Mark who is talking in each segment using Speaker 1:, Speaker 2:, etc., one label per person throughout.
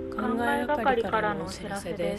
Speaker 1: 考えがかりからのお知らせです。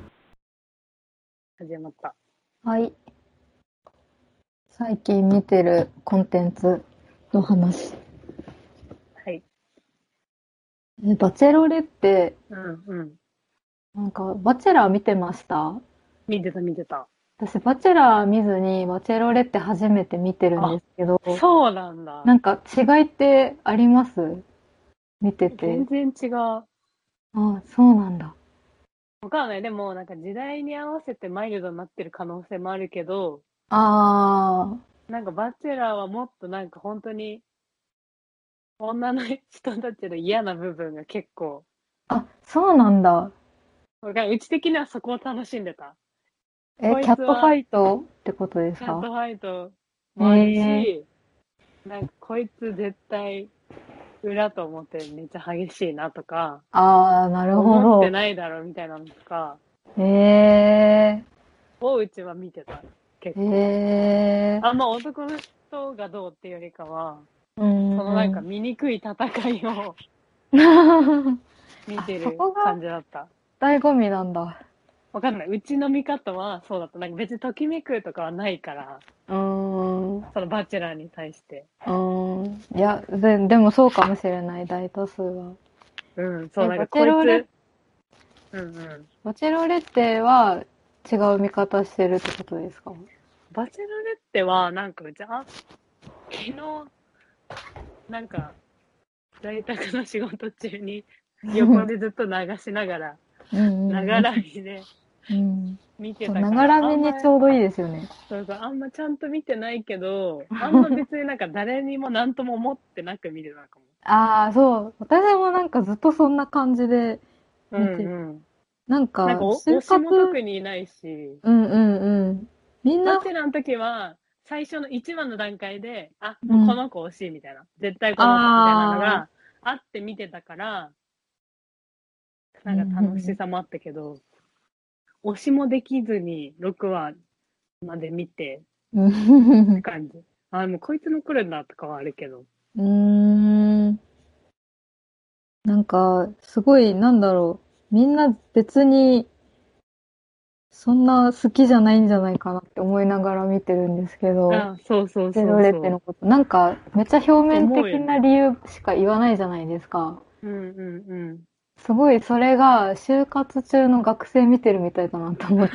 Speaker 2: 始まった。
Speaker 3: はい。最近見てるコンテンツの話。
Speaker 2: はい。
Speaker 3: バチェロレって、
Speaker 2: うんうん。
Speaker 3: なんか、バチェラー見てました？
Speaker 2: 見てた見てた。
Speaker 3: 私、バチェラー見ずに、バチェロレって初めて見てるんで
Speaker 2: あ、
Speaker 3: すけど、
Speaker 2: そうなんだ。
Speaker 3: なんか違いってあります？見てて。
Speaker 2: 全然違う。
Speaker 3: あ、そうなんだ。
Speaker 2: わかんない。でも、なんか時代に合わせてマイルドになってる可能性もあるけど、
Speaker 3: あ
Speaker 2: なんかバチェラーはもっとなんか本当に女の人たちの嫌な部分が結構、
Speaker 3: そうなんだ。
Speaker 2: わかんないうち的にはそこを楽しんでた。こ
Speaker 3: キャットファ
Speaker 2: いつは
Speaker 3: イトってことですか？
Speaker 2: キャットファイト
Speaker 3: へ
Speaker 2: もある
Speaker 3: え。
Speaker 2: し、なんかこいつ絶対裏と表めっちゃ激しいなとか、
Speaker 3: なるほ
Speaker 2: 思って
Speaker 3: ど。
Speaker 2: ないだろみたいなのとか
Speaker 3: へえ。
Speaker 2: をうちは見てた。結
Speaker 3: へ
Speaker 2: 構。
Speaker 3: え。
Speaker 2: あんま男の人がどうっていうよりかは、
Speaker 3: うん
Speaker 2: そのなんか
Speaker 3: うん。
Speaker 2: 醜い戦いを見て
Speaker 3: そ
Speaker 2: る
Speaker 3: こが
Speaker 2: 感じだった。
Speaker 3: 醍醐味なんだ。
Speaker 2: わかんない。うちの見方はそうだった。なんか別にときめくとかはないから、
Speaker 3: うーん。
Speaker 2: そのバチェラーに対して。
Speaker 3: いや、でもそうかもしれない、大多数は。
Speaker 2: うん、そう、なんか
Speaker 3: バチェロレ、
Speaker 2: こいつ、うんうん。
Speaker 3: バチェロレッテは違う見方してるってことですか？
Speaker 2: バチェロレッテは、なんかうち、昨日、なんか、在宅の仕事中に横でずっと流しながら、
Speaker 3: うん
Speaker 2: な
Speaker 3: うん
Speaker 2: がら見で
Speaker 3: うん。うん。
Speaker 2: 見て
Speaker 3: そう、な
Speaker 2: たから、
Speaker 3: がら見にちょうどいいですよね。
Speaker 2: そうそう、あんまちゃんと見てないけど、あんま別になんか誰にも何とも思ってなく見てたかも。
Speaker 3: ああ、そう。私もなんかずっとそんな感じで
Speaker 2: う
Speaker 3: 見てる。
Speaker 2: んうん。
Speaker 3: なんか、
Speaker 2: なんか推し
Speaker 3: 就活、
Speaker 2: も特にいないし、
Speaker 3: うんうんうん。みんな、
Speaker 2: バチェラーの時は、最初の1話の段階で、あ、
Speaker 3: うん。
Speaker 2: もうこの子推しいみたいな。絶対この子みたいなの
Speaker 3: ああ、
Speaker 2: があって見てたから、
Speaker 3: う
Speaker 2: なんか楽し
Speaker 3: ん
Speaker 2: さもあったけど、推しもできずに6話まで見て
Speaker 3: うん。
Speaker 2: って感じ。あ、もうこいつも来るんだとかはあるけど。
Speaker 3: うーん。なんか、すごい、なんだろう。みんな別に、そんな好きじゃないんじゃないかなって思いながら見てるんですけど、
Speaker 2: あ、そうそう
Speaker 3: ゼロレッ
Speaker 2: そうそう。
Speaker 3: テのこと。なんか、めっちゃ表面的
Speaker 2: 思うよね。
Speaker 3: な理由しか言わないじゃないですか。
Speaker 2: うんうんうん。
Speaker 3: すごい、それが、就活中の学生見てるみたいだなと思って、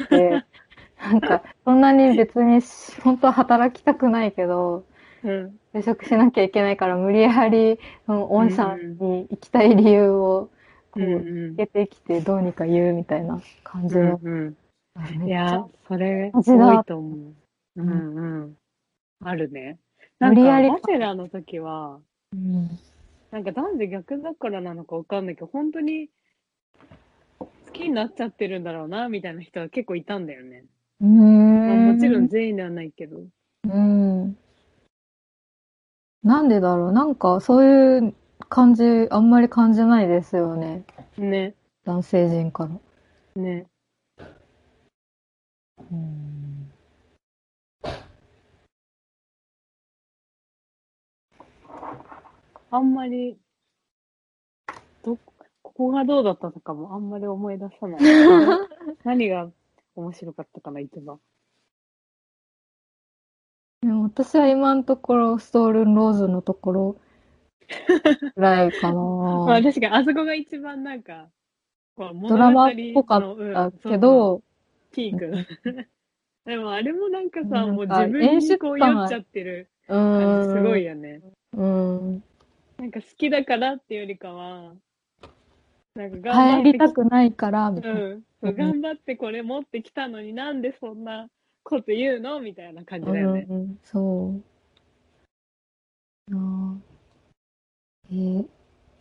Speaker 3: なんか、そんなに別に、本当は働きたくないけど、
Speaker 2: うん。
Speaker 3: 就職しなきゃいけないから、無理やり、その、
Speaker 2: うん
Speaker 3: 御社
Speaker 2: うん。
Speaker 3: に行きたい理由を、
Speaker 2: うん
Speaker 3: こう、
Speaker 2: うん。
Speaker 3: つけてきて、どうにか言うみたいな感
Speaker 2: う
Speaker 3: じの、
Speaker 2: んうん。
Speaker 3: めっちゃ
Speaker 2: いや、それ多い
Speaker 3: 同じだ。
Speaker 2: と思う。う
Speaker 3: うん、
Speaker 2: んうん。あるね。なんか、
Speaker 3: 無理やり
Speaker 2: バチェ
Speaker 3: 感。
Speaker 2: ラーの時は、
Speaker 3: うん。
Speaker 2: なんか男女逆だからなのかわかんないけど、本当に好きになっちゃってるんだろうな、みたいな人は結構いたんだよね。
Speaker 3: うー
Speaker 2: まあもちろん
Speaker 3: ん。
Speaker 2: 全員ではないけど。
Speaker 3: うん。なんでだろう。なんか、そういう感じ、あんまり感じないですよね。
Speaker 2: ね、
Speaker 3: 男性陣から。
Speaker 2: ね。
Speaker 3: うん。
Speaker 2: あんまり、ここがどうだったとかもあんまり思い出さない。何が面白かったかな、一番。
Speaker 3: でも私は今のところ、ストールンローズのところぐらいか
Speaker 2: まあ
Speaker 3: な。
Speaker 2: 確かにあそこが一番なんか、こう物語
Speaker 3: ドラマっぽかっ
Speaker 2: の、う
Speaker 3: た
Speaker 2: ん、そうそう、
Speaker 3: けど、
Speaker 2: ピーク。でもあれもなんかさ、もう自
Speaker 3: なんか演出
Speaker 2: 分にこう酔っち
Speaker 3: 感、
Speaker 2: ゃってる
Speaker 3: う
Speaker 2: 感じすご
Speaker 3: ーん、
Speaker 2: いよね。
Speaker 3: うん、
Speaker 2: なんか好きだからっていうよりかは、なんか頑張
Speaker 3: 入
Speaker 2: ってき、
Speaker 3: りたくないから、みたい
Speaker 2: うん、そ
Speaker 3: な。
Speaker 2: う頑張ってこれ持ってきたのになんでそんなこと言うのみたいな感じだよね。
Speaker 3: うん、そう。あー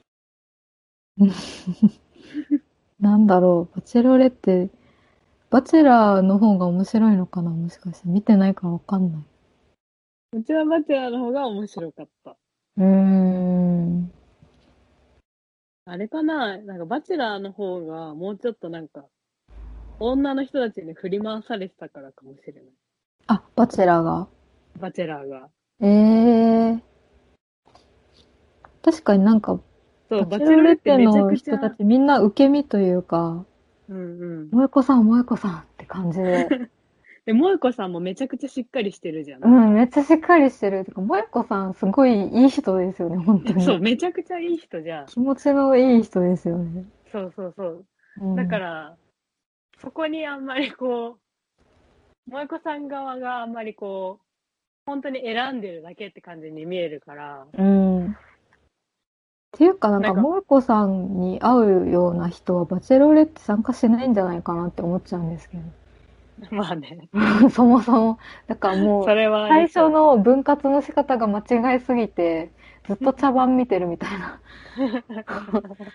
Speaker 3: なんだろう、バチェロレって、バチェラーの方が面白いのかな、もしかして。見てないからわかんない。
Speaker 2: うちはバチェラーの方が面白かった。
Speaker 3: うーん。
Speaker 2: あれかななんかバチェラーの方がもうちょっとなんか女の人たちに振り回されてたからかもしれない。
Speaker 3: あ、バチェラーが。
Speaker 2: バチェラーが。
Speaker 3: ええー、確かになんか、
Speaker 2: そう、
Speaker 3: バチェロレッ
Speaker 2: バチェロレって
Speaker 3: テの
Speaker 2: めちゃくちゃ、
Speaker 3: 人たちみんな受け身というか、
Speaker 2: うん
Speaker 3: 萌子さん、萌子さんって感じで。
Speaker 2: で、萌子さんもめちゃくちゃしっかりしてるじゃん、
Speaker 3: うん、めっちゃしっかりしてる。てか、萌子さんすごいいい人ですよね、本当
Speaker 2: そう、
Speaker 3: に。
Speaker 2: めちゃくちゃいい人じゃん。
Speaker 3: 気持ちのいい人ですよね。
Speaker 2: そうそうそう。だか
Speaker 3: うん。
Speaker 2: ら、そこにあんまりこう、萌子さん側があんまりこう、本当に選んでるだけって感じに見えるから、
Speaker 3: うん。っていうか、なんか、
Speaker 2: なんか、
Speaker 3: 萌子さんに会うような人は、バチェロレッテ参加しないんじゃないかなって思っちゃうんですけど。
Speaker 2: まあね、
Speaker 3: そもそも。だからもう、
Speaker 2: それはあ
Speaker 3: 最
Speaker 2: りそ
Speaker 3: 初の分割の仕方が間違いすぎて、ずっと茶番見てるみたいな。
Speaker 2: う。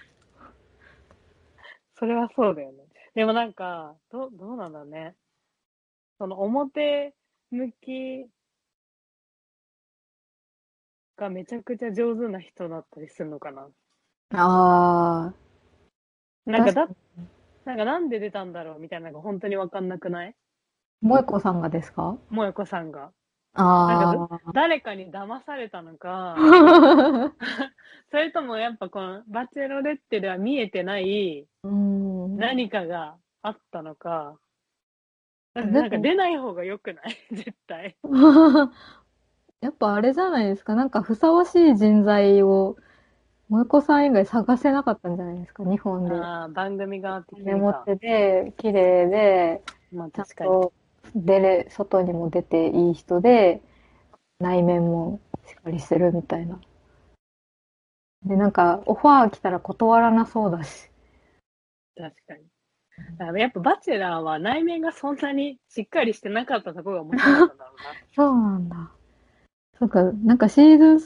Speaker 2: それはそうだよね。でもなんか、どうなんだろうね。その表向きがめちゃくちゃ上手な人だったりするのかな。
Speaker 3: ああ、
Speaker 2: なんか
Speaker 3: 確かに。
Speaker 2: なんかなんで出たんだろうみたいなのが本当にわかんなくない？
Speaker 3: 萌子さんがですか？
Speaker 2: 萌子さんが。なんか
Speaker 3: ああ
Speaker 2: 誰かに騙されたのか、
Speaker 3: ー。
Speaker 2: それともやっぱこのバチェロレッテでは見えてない
Speaker 3: うん。
Speaker 2: 何かがあったのか、だってなんか
Speaker 3: でも、
Speaker 2: 出ない方が良くない絶対。
Speaker 3: やっぱあれじゃないですか。なんかふさわしい人材を、萌子さん以外探せなかったんじゃないですか、日本で。
Speaker 2: ああ、番組側的にか。
Speaker 3: 金持ってで、綺麗で、
Speaker 2: まあ
Speaker 3: ちゃん
Speaker 2: 確かに。
Speaker 3: と外にも出ていい人で、内面もしっかりしてるみたいな。で、なんか、オファー来たら断らなそうだし。
Speaker 2: 確かに。だからやっぱバチェラーは内面がそんなにしっかりしてなかったところが面白かったんだろ
Speaker 3: そうなんだ。そうか、なんかシーズン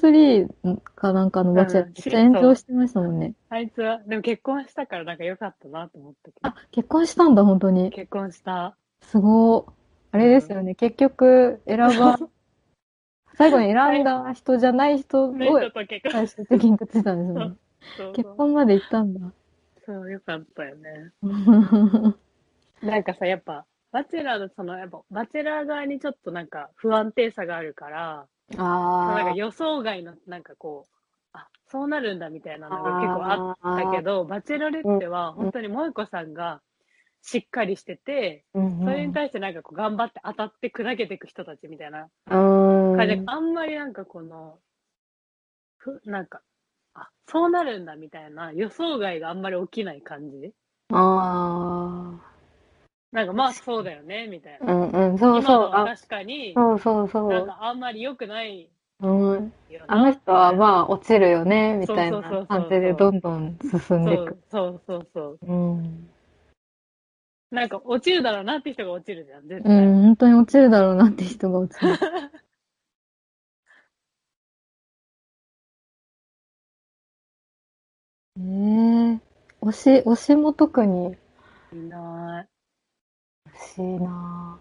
Speaker 3: 3かなんかの
Speaker 2: うな。
Speaker 3: バチェラー
Speaker 2: うん、
Speaker 3: めっちゃ炎
Speaker 2: そう。
Speaker 3: 上してましたもんね。
Speaker 2: あいつは、でも結婚したからなんか良かったなと思ったけど。
Speaker 3: あ、結婚したんだ、本当に。
Speaker 2: 結婚した。
Speaker 3: すごー。あ
Speaker 2: うん。
Speaker 3: れですよね。結局、最後に選ん
Speaker 2: 最
Speaker 3: だ人じゃない人
Speaker 2: の
Speaker 3: を
Speaker 2: 人と結婚。
Speaker 3: 最終的にくっついたんですもんね。
Speaker 2: そうそう
Speaker 3: 結
Speaker 2: そう。
Speaker 3: 婚まで行ったんだ。
Speaker 2: そう、良かったよね。なんかさ、やっぱ、バチェラーのその、やっぱ、バチェラー側にちょっとなんか不安定さがあるから、そのなんか
Speaker 3: あ
Speaker 2: 予想外の、なんかこう、あ、そうなるんだみたいなのが結構あっ
Speaker 3: あ、
Speaker 2: た
Speaker 3: ああ、
Speaker 2: けど、バチェロレッ
Speaker 3: うん、
Speaker 2: テは
Speaker 3: うん、
Speaker 2: 本当に萌子さんがしっかりしてて、
Speaker 3: うん、
Speaker 2: それに対してなんかこう頑張って当たって砕けていく人たちみたいな
Speaker 3: うん。
Speaker 2: 感じで、
Speaker 3: うーん。
Speaker 2: あんまりなんかこの、なんか、あ、そうなるんだみたいな予想外があんまり起きない感じ。
Speaker 3: あ
Speaker 2: なんか
Speaker 3: あ、
Speaker 2: まあ
Speaker 3: 確かに。
Speaker 2: そうだよね、みたいな。
Speaker 3: うんうん、そうそう。あ、
Speaker 2: 今のは確かに
Speaker 3: そうそうそ
Speaker 2: なんかあんまり良くない
Speaker 3: う。うん。あの
Speaker 2: よな、
Speaker 3: 人は
Speaker 2: みたいな。
Speaker 3: まあ落ちるよね、み
Speaker 2: そう
Speaker 3: たい
Speaker 2: そうそう
Speaker 3: な感じで
Speaker 2: そうそう。
Speaker 3: どんどん進んでいく。
Speaker 2: そうそうそうそう。
Speaker 3: うん。
Speaker 2: なんか落ちるだろうなって人が落ちるじゃん、絶
Speaker 3: うん、
Speaker 2: 対。
Speaker 3: 本当に落ちるだろうなって人が落ちる。ええ、推しも特に
Speaker 2: いな
Speaker 3: 欲しいな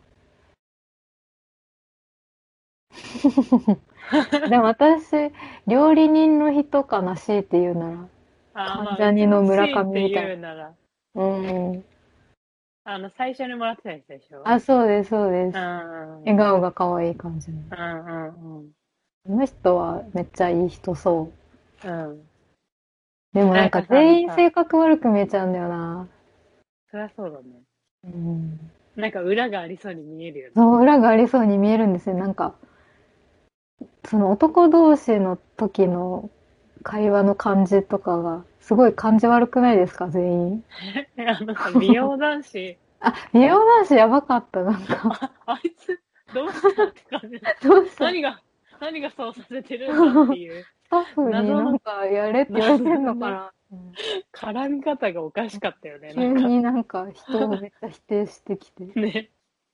Speaker 3: ぁ。でも私、料理人の人かな、強いて言うなら。
Speaker 2: ああ、
Speaker 3: 関
Speaker 2: まあ、うち
Speaker 3: ジャニの村
Speaker 2: も強いって
Speaker 3: 上みたい
Speaker 2: 言うなら、
Speaker 3: な。うん。
Speaker 2: 最初にもらってたやつでしょ？
Speaker 3: あ、そうです、そうで
Speaker 2: う
Speaker 3: す。
Speaker 2: ん、うん、
Speaker 3: 笑顔が可愛い感じの。
Speaker 2: うん、うん。
Speaker 3: この人はめっちゃいい人そう。
Speaker 2: うん。
Speaker 3: でもなんか
Speaker 2: なんかさ、あの
Speaker 3: 全員
Speaker 2: さ、
Speaker 3: 性格悪く見えちゃうんだよな。
Speaker 2: そりゃそうだね。
Speaker 3: うん。
Speaker 2: なんか裏がありそうに見えるよね。
Speaker 3: そう、裏がありそうに見えるんですよ。なんか、その男同士の時の会話の感じとかが、すごい感じ悪くないですか、全員。
Speaker 2: あのさ、美容男子、
Speaker 3: あ、美容男子やばかった、なんか。
Speaker 2: あいつ、どうしたって感じ。
Speaker 3: どうした？
Speaker 2: 何が、何がそうさせてるんだっていう、
Speaker 3: スタッフに
Speaker 2: 謎の、
Speaker 3: なんかやれって言われてん
Speaker 2: 謎のね、
Speaker 3: のかな。うん、
Speaker 2: 絡み方がおかしかったよね、なんか。
Speaker 3: 急になんか人をめっちゃ否定してきて。
Speaker 2: ね。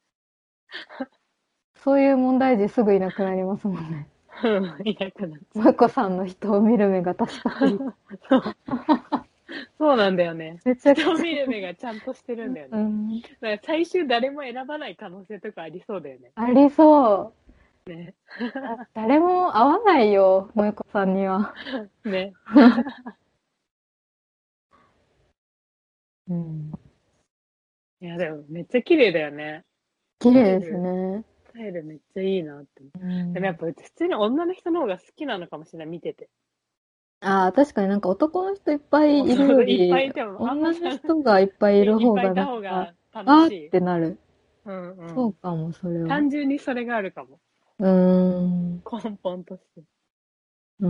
Speaker 3: そういう問題児すぐいなくなりますもんね。
Speaker 2: うん、いなくなっちゃ
Speaker 3: 萌子さんの人を見る目が確かすぎて。
Speaker 2: う。そう、そうなんだよね。
Speaker 3: めちゃくちゃ。
Speaker 2: 人を見る目がちゃんとしてるんだよね。
Speaker 3: うん。
Speaker 2: だから最終誰も選ばない可能性とかありそうだよね。
Speaker 3: ありそう。
Speaker 2: ね。
Speaker 3: 誰も合わないよ、萌子さんには。
Speaker 2: ね。
Speaker 3: うん。
Speaker 2: いや、でもめっちゃ綺麗だよね。
Speaker 3: 綺麗です
Speaker 2: スタイル、
Speaker 3: ね。
Speaker 2: スタイルめっちゃいいなって。
Speaker 3: うん。
Speaker 2: でもやっぱ普通に女の人の方が好きなのかもしれない、見てて。
Speaker 3: ああ、確かになんか男の人いっぱいいるよ
Speaker 2: そうそう、いっぱい
Speaker 3: り、
Speaker 2: いても、あんまさ、
Speaker 3: 女の人がいっぱいいる
Speaker 2: いっぱいい
Speaker 3: 方がなんか、
Speaker 2: た方が楽
Speaker 3: あーっ
Speaker 2: しい。
Speaker 3: てなる。
Speaker 2: うんうん。
Speaker 3: そうかも、それは。
Speaker 2: 単純にそれがあるかも。
Speaker 3: うーん。
Speaker 2: 根本として。
Speaker 3: うん。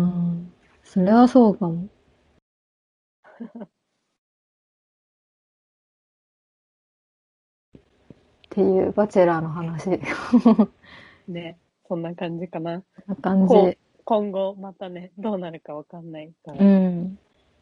Speaker 3: それはそうかも。っていう、バチェラーの話。
Speaker 2: ね。そんな感じかな。
Speaker 3: こんな感じ。
Speaker 2: 今後、またね、どうなるかわかんないか
Speaker 3: う
Speaker 2: ら。
Speaker 3: ん。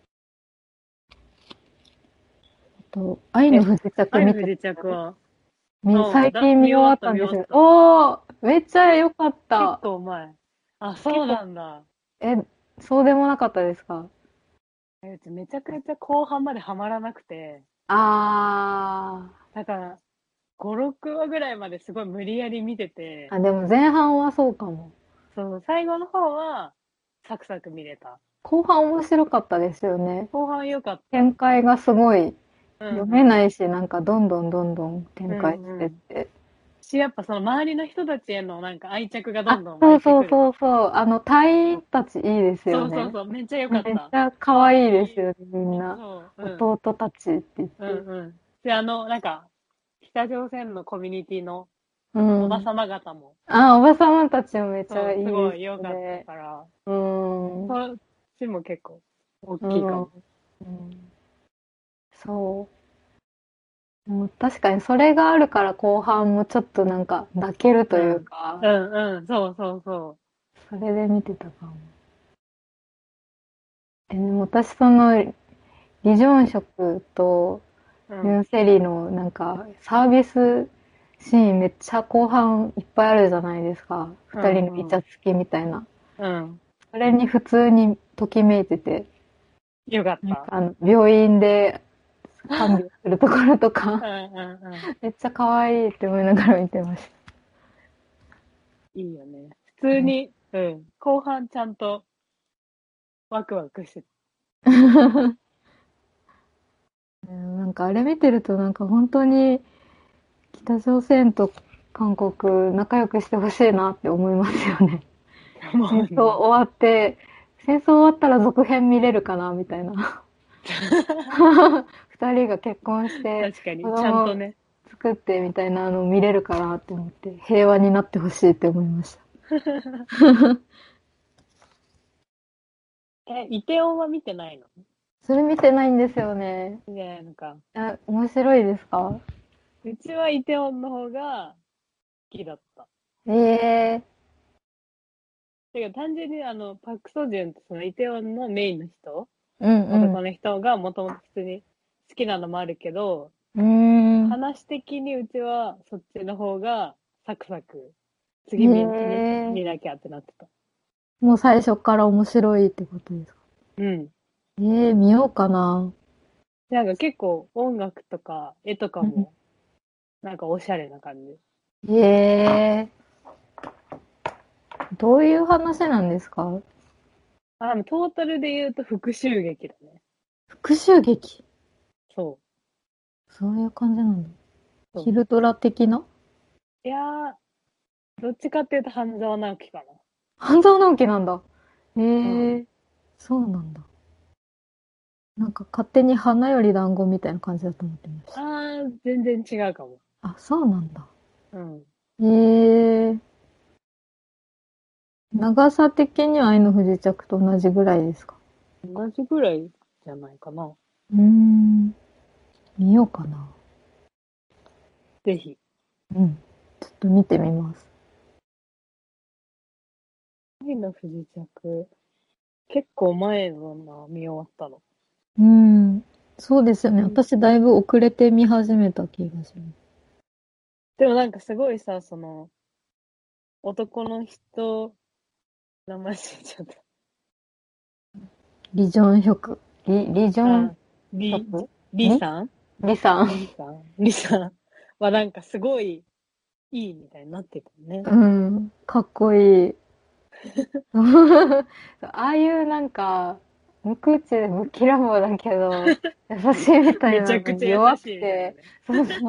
Speaker 3: 愛の
Speaker 2: え、
Speaker 3: 不時着見て、
Speaker 2: 愛の不時着は、
Speaker 3: 最近見終わったんですよ。
Speaker 2: 見終わった。
Speaker 3: おー、めっちゃ良かっ
Speaker 2: 結
Speaker 3: た。
Speaker 2: 構前。あ、そう
Speaker 3: 結構、
Speaker 2: なんだ。
Speaker 3: え、そうでもなかったですか？
Speaker 2: うちめちゃくちゃ後半までハマらなくて、
Speaker 3: あ
Speaker 2: だから、5、6話ぐらいまですごい無理やり見てて、
Speaker 3: ー。あ、でも前半はそうかも。
Speaker 2: そう、最後の方は、サクサク見れた。
Speaker 3: 後半面白かったですよね。
Speaker 2: 後半良かった。
Speaker 3: 展開がすごい読
Speaker 2: うんうん。
Speaker 3: めないし、なんかどんどんどんどん
Speaker 2: う
Speaker 3: 展開してっ
Speaker 2: んうん。
Speaker 3: て。
Speaker 2: やっぱその周りの人たちへのなんか愛着がど
Speaker 3: あ、
Speaker 2: んどん湧
Speaker 3: そう
Speaker 2: いてくる。
Speaker 3: そうそうそう。隊員たちいいですよね。
Speaker 2: そうそうそう、めっちゃ良
Speaker 3: めっ
Speaker 2: かった。
Speaker 3: ちゃ可
Speaker 2: 可
Speaker 3: 愛いで
Speaker 2: 愛い。
Speaker 3: すよね、みんな。
Speaker 2: そう、うん。
Speaker 3: 弟たちって言っ
Speaker 2: うん
Speaker 3: て。
Speaker 2: うん。で、なんか、北朝鮮のコミュニティの
Speaker 3: うん。
Speaker 2: おばさま方も、
Speaker 3: あ、おばさまたちもめっちゃ
Speaker 2: そう、すご
Speaker 3: いいです
Speaker 2: い良かった
Speaker 3: ね。
Speaker 2: から、
Speaker 3: うん。うん。
Speaker 2: そっちも結構大きいかも。
Speaker 3: うんそう。もう確かにそれがあるから後半もちょっとなんか泣けるという
Speaker 2: うん。
Speaker 3: か、
Speaker 2: うんうん、そうそうそ
Speaker 3: それで見てたかも。でも私その、リジョン色と
Speaker 2: う。うん。
Speaker 3: ユンセリのなんかサービスシーンめっちゃ後半いっぱいあるじゃないですか。
Speaker 2: う
Speaker 3: 二人のイ
Speaker 2: んうん。
Speaker 3: チャつきみたいな。
Speaker 2: うん。
Speaker 3: それに普通にときめいてて、
Speaker 2: よかった。
Speaker 3: なんか病院で看病するところとか、
Speaker 2: うんうんうん。
Speaker 3: めっちゃ可愛いって思いながら見てまし
Speaker 2: いいよね。普通に、うん。後半ちゃんとワクワクして。
Speaker 3: た。なんかあれ見てるとなんか本当に北朝鮮と韓国仲良くしてほしいなって思いますよね。
Speaker 2: も
Speaker 3: 戦
Speaker 2: うね。
Speaker 3: 争終わって、戦争終わったら続編見れるかなみたいな。二人が結婚して
Speaker 2: 確かに、ちゃんと
Speaker 3: 子供
Speaker 2: ね。
Speaker 3: 作ってみたいなの見れるかなって思って、平和になってほしいって思いました。
Speaker 2: イテオンは見てないの？
Speaker 3: それ見てないんですよね。
Speaker 2: 見てないのか。
Speaker 3: 面白いですか？
Speaker 2: うちはイテオンの方が好きだった。
Speaker 3: ええ
Speaker 2: てか単純にパクソジュンってそのイテウォンのメインの人、
Speaker 3: うん
Speaker 2: 男の人がもともと普通に好きなのもあるけど、
Speaker 3: うん。
Speaker 2: 話的にうちはそっちの方がサクサク、次
Speaker 3: ええ
Speaker 2: 見なきゃってなってた。
Speaker 3: もう最初から面白いってことですか？
Speaker 2: うん。
Speaker 3: 見ようかな。
Speaker 2: なんか結構音楽とか絵とか
Speaker 3: うん。
Speaker 2: もなんかおしゃれな感じ。
Speaker 3: ええどういう話なんですか？
Speaker 2: でもトータルで言うと復讐劇だね。
Speaker 3: 復讐劇。
Speaker 2: そ
Speaker 3: そういう感じなんだ。
Speaker 2: う。そう。
Speaker 3: 昼ドラ的な？
Speaker 2: いやどっちかっていうと半沢直樹か
Speaker 3: 半沢直樹なんだ。
Speaker 2: な。うん。
Speaker 3: そうなんだ。なんか勝手に花より団子みたいな感じだと思ってました。
Speaker 2: 全然違うかも。
Speaker 3: あ、そうなんだ。
Speaker 2: うん。
Speaker 3: ええ長さ的には愛の不時着と同じぐらいですか？
Speaker 2: 同じぐらいじゃないかな。
Speaker 3: うーん、見ようかな。
Speaker 2: ぜひ。
Speaker 3: うん。ちょっと見てみます。
Speaker 2: 愛の不時着。結構前のな、見終わったの。
Speaker 3: うん。そうですよね。
Speaker 2: うん。
Speaker 3: 私だいぶ遅れて見始めた気がします。
Speaker 2: でもなんかすごいさ、男の人、名前忘れちゃっ
Speaker 3: リジョンヒョク。リジョ
Speaker 2: た。
Speaker 3: ンヒョクリ
Speaker 2: リさん
Speaker 3: リさん。
Speaker 2: リさんはなんかすごいいいみたいになってたね。
Speaker 3: うん。かっこいい。ああいうなんか、無口でぶっきらぼうだけど、優しいみたいなの
Speaker 2: めちゃくち
Speaker 3: に弱
Speaker 2: ゃ優しいみたいな
Speaker 3: くて、
Speaker 2: ね。
Speaker 3: そうそう。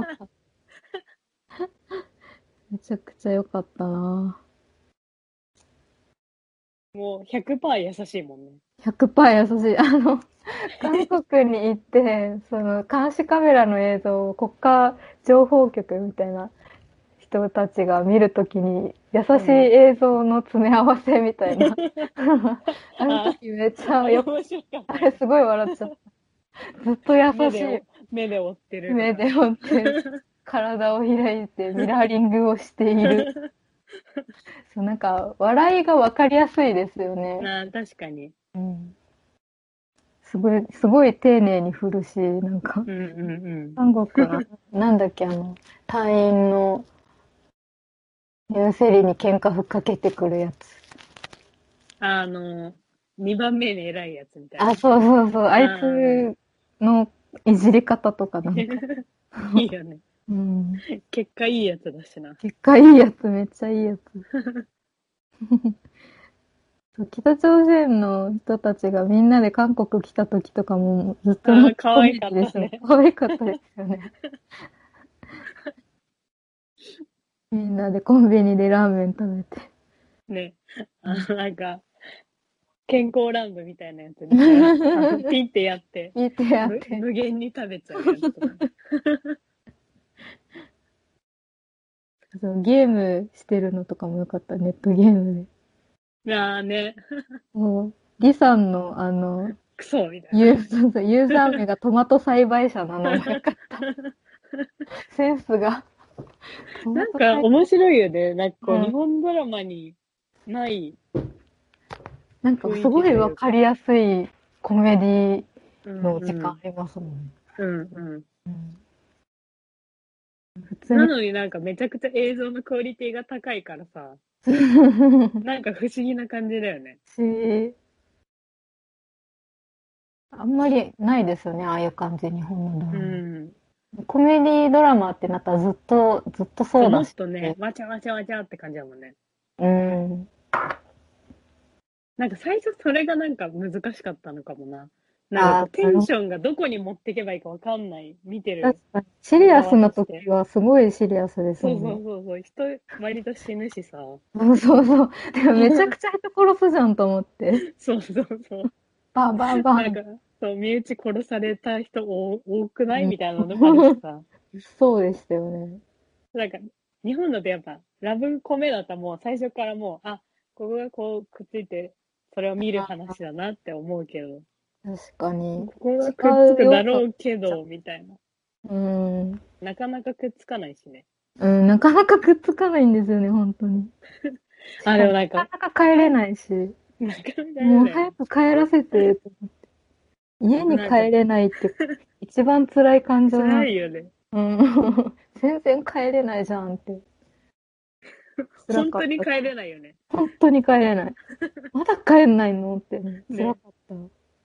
Speaker 3: めちゃくちゃ良かったな。
Speaker 2: もう100%優しいもんね。
Speaker 3: 100%優しい。韓国に行って、その監視カメラの映像を国家情報局みたいな人たちが見るときに、優しい映像の詰め合わせみたいな。あの時めっちゃ
Speaker 2: 面白かった。
Speaker 3: あれすごい笑っちゃった。ずっと優しい。
Speaker 2: 目で追ってる。
Speaker 3: 目で追ってる。体を開いてミラーリングをしている。そうなんか、笑いがわかりやすいですよね。
Speaker 2: 確かに。
Speaker 3: うん。すごい丁寧に振るし、なんか、韓国の、なんだっけ、隊員の、ユンセリに喧嘩ふっかけてくるやつ。
Speaker 2: 2番目に偉いやつみたいな。
Speaker 3: あ、そうそうそう。あいつのいじり方とかなんか。
Speaker 2: いいよね。
Speaker 3: うん。
Speaker 2: 結果いいやつだしな。
Speaker 3: 結果いいやつ、めっちゃいいやつ。北朝鮮の人たちがみんなで韓国来た時とかもずっと
Speaker 2: 可愛かったね。
Speaker 3: 可愛かったですよね。みんなでコンビニでラーメン食べて。
Speaker 2: ね。なんか、健康ランドみたいなやつで、ピンってやって、無限に食べちゃうやつとか。
Speaker 3: ゲームしてるのとかもよかった、ネットゲーム
Speaker 2: で。ね。
Speaker 3: もう、リさんの、
Speaker 2: クソみたいな。
Speaker 3: ユーザー名がトマト栽培者なのもよかった。センスが。
Speaker 2: なんか面白いよね。なんかこう、日本ドラマにない。
Speaker 3: なんかすごいわかりやすいコメディの時間ありますもんね。
Speaker 2: なのになんかめちゃくちゃ映像のクオリティが高いからさ、なんか不思議な感じだよね。
Speaker 3: あんまりないですよね、ああいう感じ、日本のドラマ。コメディドラマってなったらずっとそうだし。
Speaker 2: もっとね、わちゃわちゃわちゃって感じだもんね。なんか最初それがなんか難しかったのかもな。なんかテンションがどこに持っていけばいいかわかんない。見てる。
Speaker 3: 確かに。シリアスな時はすごいシリアスですよね。
Speaker 2: そう。人割と死ぬしさ。
Speaker 3: そう。でもめちゃくちゃ人殺すじゃんと思って。
Speaker 2: そう。
Speaker 3: バン。
Speaker 2: なんか、そう、身内殺された人多くないみたいなのもあるしさ。
Speaker 3: そうでしたよね。
Speaker 2: なんか、日本だとやっぱ、ラブコメだったらもう最初からもう、ここがこうくっついて、それを見る話だなって思うけど。
Speaker 3: 確かに。
Speaker 2: ここがくっつくだろうけど、みたいな。なかなかくっつかないしね。
Speaker 3: なかなかくっつかないんですよね、本当に。
Speaker 2: でもなんか。
Speaker 3: なかなか帰れないし。もう早く帰らせて、家に帰れないって一番辛い感情
Speaker 2: 辛いよね。
Speaker 3: 全然帰れないじゃんって。
Speaker 2: 本当に帰れないよね。
Speaker 3: 本当に帰れない。まだ帰んないのって、辛かった。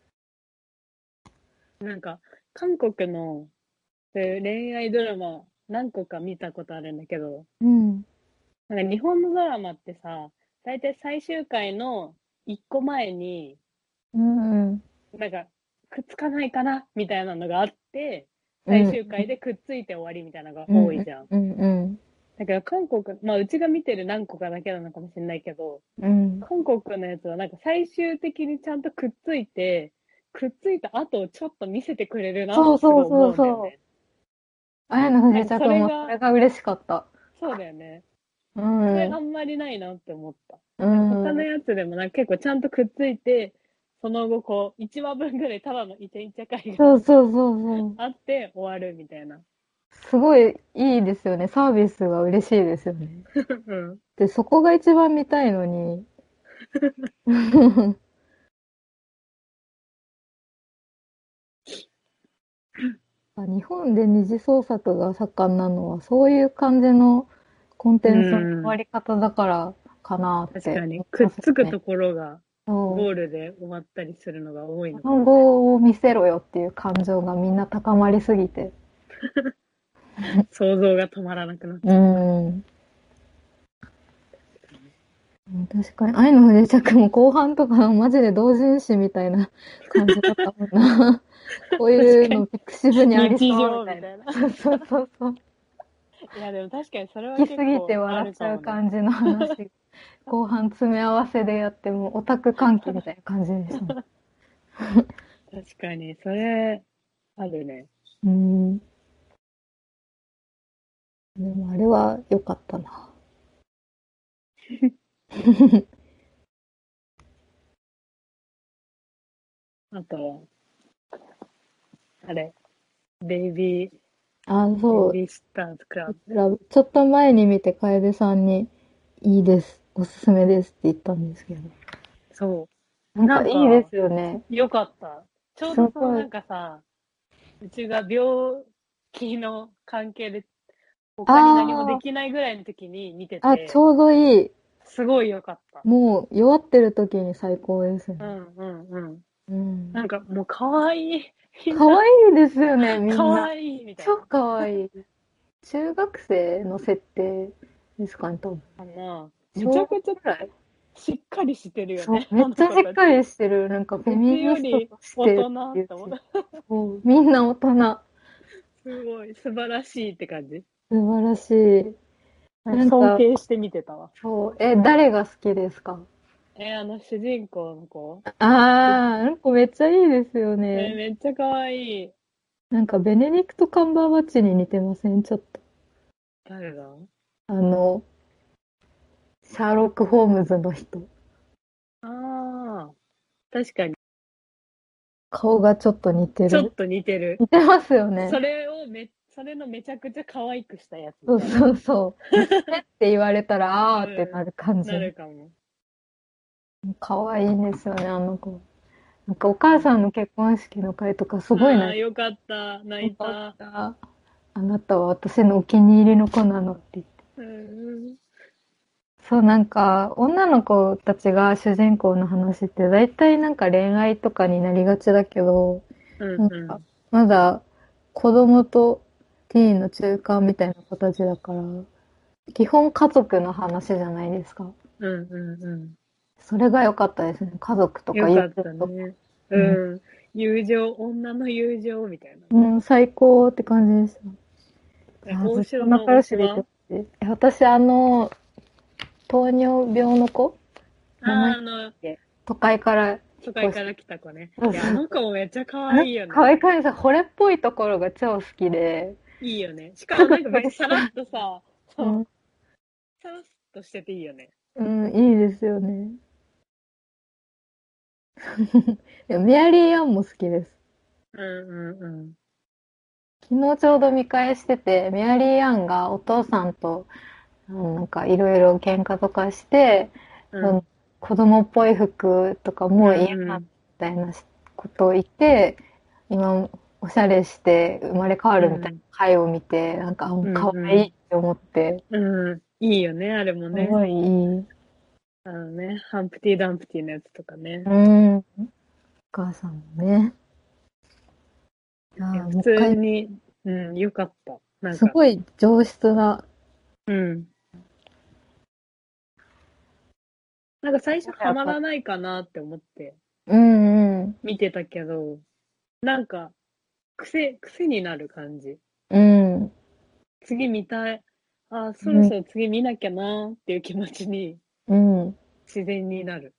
Speaker 2: なんか、韓国の恋愛ドラマ何個か見たことあるんだけど、なんか日本のドラマってさ、大体最終回の一個前に、なんか、くっつかないかなみたいなのがあって、最終回でくっついて終わりみたいなのが多いじゃん。だけど韓国、うちが見てる何個かだけなのかもしれないけど、韓国のやつはなんか最終的にちゃんとくっついた後をちょっと見せてくれるなって思うんだよね。
Speaker 3: 綾野藤ちゃんもそれが嬉しかった。
Speaker 2: そうだよね。それあんまりないなって思った。他のやつでもなんか結構ちゃんとくっついて、その後こう、1話分ぐらいただのイチャイチャ会があって終わるみたいな。
Speaker 3: すごいいいですよね。サービスが嬉しいですよね。で、そこが一番見たいのに。日本で二次創作が盛んなのは、そういう感じのコンテンツの終わり方だからかなって。
Speaker 2: 確かに、くっつくところがゴールで終わったりするのが多いのかな。
Speaker 3: その後を見せろよっていう感情がみんな高まりすぎて。
Speaker 2: 想像が止まらなくなっちゃう。
Speaker 3: 確かに。愛の不時着も後半とかマジで同人誌みたいな感じだったもんな。こういうのピクシブにありそうみたいな。そう。
Speaker 2: いや、でも確かにそれは
Speaker 3: 好き
Speaker 2: 結
Speaker 3: すぎて
Speaker 2: 構あ
Speaker 3: 笑っちゃう
Speaker 2: るかもね。
Speaker 3: 感じの話。後半詰め合わせでやってもオタク歓喜みたいな感じでしたね。
Speaker 2: 確かに、それ、あるね。
Speaker 3: うん。でもあれは良かったな。
Speaker 2: あとは、あれ、ベイビー、
Speaker 3: あ、
Speaker 2: ベイ
Speaker 3: そう。
Speaker 2: ビーシッターズクラブ。
Speaker 3: ちょっと前に見て楓さんにいいです、おすすめですって言ったんですけど。
Speaker 2: そう。
Speaker 3: なんかいいで
Speaker 2: なんか、
Speaker 3: すよね。
Speaker 2: よかった。ちょう
Speaker 3: すごい。
Speaker 2: どそのなんかさ、うちが病気の関係で他に何もで
Speaker 3: あ
Speaker 2: きないぐらいの時に見て
Speaker 3: あ、ち
Speaker 2: て、
Speaker 3: ょうどいい。
Speaker 2: すごいよかった。
Speaker 3: もう弱ってる時に最高ですね。
Speaker 2: うんうんうん。
Speaker 3: うん。
Speaker 2: なんかもう可愛い。みん
Speaker 3: 可
Speaker 2: な、
Speaker 3: 愛いですよね、みんな。
Speaker 2: 可愛いみたい
Speaker 3: 超可愛い。中学生の設定ですかね、多分。
Speaker 2: な。かな。めち
Speaker 3: 小学
Speaker 2: ゃくちゃ
Speaker 3: くらい。
Speaker 2: しっかりしてるよ
Speaker 3: そう、
Speaker 2: ね、あの
Speaker 3: めっちゃしっかり
Speaker 2: 子たち。
Speaker 3: してる。なんかフェ
Speaker 2: う
Speaker 3: ミ
Speaker 2: ちより
Speaker 3: ニストとしてっ
Speaker 2: 大人
Speaker 3: ていうし。
Speaker 2: って思う。
Speaker 3: そう、みんな大人。
Speaker 2: すごい、素晴らしいって感じ。
Speaker 3: 素晴らしい。なんか、
Speaker 2: 尊敬して見てたわ。
Speaker 3: そう、誰が好きですか？
Speaker 2: 主人公の子。
Speaker 3: なんかめっちゃいいですよね。
Speaker 2: めっちゃ可愛い。
Speaker 3: なんかベネディクト・カンバーバッチに似てません？ちょっと。
Speaker 2: 誰だ？
Speaker 3: あの、シャーロック・ホームズの人。
Speaker 2: ああ、確かに。
Speaker 3: 顔がちょっと似てる。
Speaker 2: ちょっと似てる。
Speaker 3: 似てますよね。
Speaker 2: それのめちゃくちゃ可愛くしたやつみたいな。
Speaker 3: そうそうそう。娘って言われたら、あーってな
Speaker 2: う
Speaker 3: る感
Speaker 2: ん、
Speaker 3: じ。
Speaker 2: なるかも。
Speaker 3: 可愛いんですよね、あの子。なんかお母さんの結婚式の会とかすごい
Speaker 2: ああ、
Speaker 3: 泣い
Speaker 2: よかった。泣
Speaker 3: よかっ
Speaker 2: いた。
Speaker 3: た。あなたは私のお気に入りの子なのって言って。
Speaker 2: うん、
Speaker 3: そう、なんか、女の子たちが主人公の話って大体なんか恋愛とかになりがちだけど、
Speaker 2: うん、
Speaker 3: なんか、
Speaker 2: うん、
Speaker 3: まだ子供とティーンの中間みたいな子たちだから、基本家族の話じゃないですか。
Speaker 2: うん、うん、う
Speaker 3: それが良かったですね。家族と
Speaker 2: ん。
Speaker 3: か友
Speaker 2: よかっ
Speaker 3: 情とか。
Speaker 2: たね。
Speaker 3: うん。
Speaker 2: うん。友情、女の友情みたいなね。
Speaker 3: うん、最高って感じです。ずっと
Speaker 2: 大城の
Speaker 3: 仲良しでいて
Speaker 2: 推しは？
Speaker 3: ほしい。私、糖尿病の子名前
Speaker 2: ああ、
Speaker 3: 都会から引
Speaker 2: 都
Speaker 3: っ越し
Speaker 2: 会から来た子ね。
Speaker 3: そう
Speaker 2: いや、あの
Speaker 3: そうそう。
Speaker 2: 子もめっちゃ可
Speaker 3: あの、
Speaker 2: 愛いよね。
Speaker 3: 可愛い感じさ、惚れっぽいところが超好きで、
Speaker 2: いいよね。しか
Speaker 3: すぐ
Speaker 2: もなんか別にさらっとさ、そう、
Speaker 3: うん、
Speaker 2: さらっとしてていいよね。
Speaker 3: うん、いいですよね。いやメアリー・アンも好きです。
Speaker 2: うんうんうん。
Speaker 3: 昨日ちょうど見返してて、メアリー・アンがお父さんと、なんかいろいろ喧嘩とかして、
Speaker 2: うん。
Speaker 3: 子供っぽい服とか
Speaker 2: う
Speaker 3: もう嫌だみ
Speaker 2: んうん。
Speaker 3: たいなことを言って、今、おしゃれして生まれ変わるみたいな
Speaker 2: うん。
Speaker 3: 回を見て、なんか、もう
Speaker 2: うん
Speaker 3: 可
Speaker 2: うん。
Speaker 3: 愛いって思って、
Speaker 2: うん。いいよね、あれもね。
Speaker 3: すごいいい。
Speaker 2: ハンプティ・ダンプティのやつとかね。
Speaker 3: うん。お母さんもね。
Speaker 2: いや、普
Speaker 3: もう一回、
Speaker 2: 通に、うん、よかった。なんか、
Speaker 3: すごい上質な。
Speaker 2: うん。なんか最初ハ
Speaker 3: やっぱ
Speaker 2: マらないかなって思って
Speaker 3: うんうん。
Speaker 2: 見てたけど、なんか、癖になる感じ。
Speaker 3: うん。
Speaker 2: 次見たい。あ、そろ
Speaker 3: うん。
Speaker 2: そろ次見なきゃなっていう気持ちに
Speaker 3: うん。
Speaker 2: 自然になる。